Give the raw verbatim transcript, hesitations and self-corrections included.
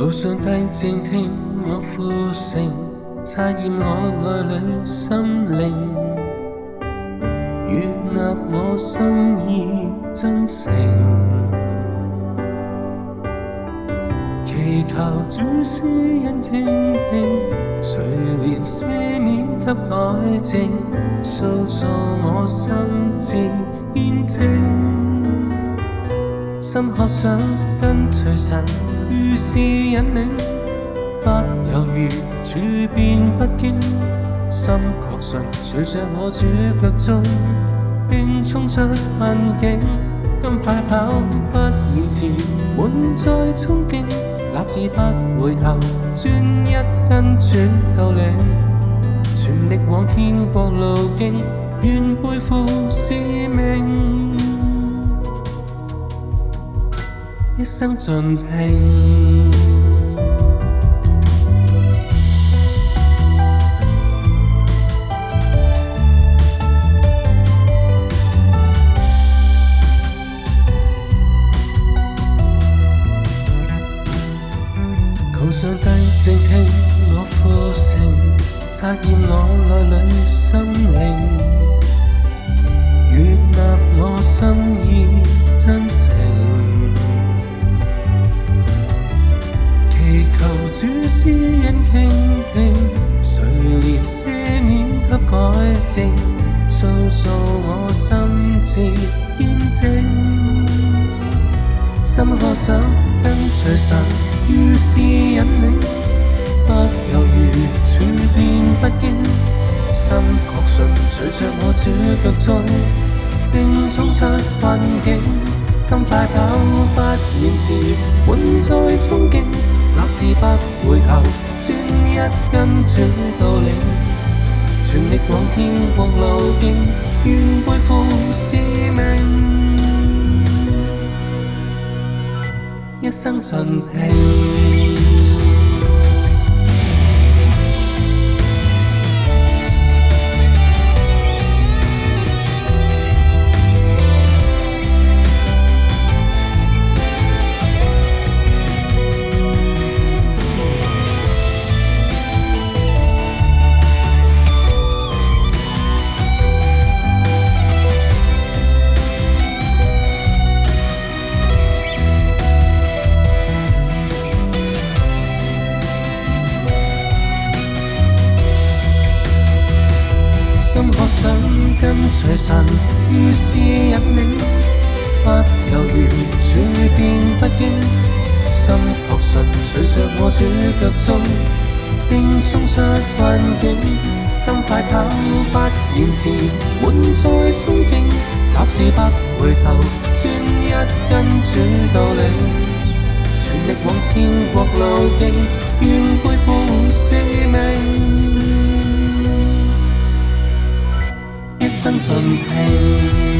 求上帝靜聽我呼聲，察驗我內裏心靈，悅納我心意真誠，祈求主施恩傾聽，垂憐赦免給改正，塑造我心志堅正。心渴想跟隨神，遇事引領，不猶豫，處變不驚，心確信隨着我主腳蹤，並衝出困境，今快跑不延遲，滿載衝勁，立志不回頭，專一跟主到領，全力往天國路徑，願背負使命。一生盡拼，求上帝靜聽我呼聲，察驗我內裏心靈，悅納我心意真誠。求主施恩傾聽，垂憐赦免給改正，塑造我心志堅正。心渴想跟隨神，遇事引領，不猶豫，處變不驚，心確信隨着我主腳蹤，並衝出困境，今快跑不延遲，滿載衝勁，立志不回頭，專一跟主到領，全力往天國路徑，願背負使命，一生盡拼。心渴想跟隨神，遇事引領，不猶豫，處變不驚，心確信隨着我主腳蹤，並衝出困境，今快跑不延遲，滿載衝勁，立志不回頭，專一跟主到領，全力往天國路徑，願背負使命。一生盡拼。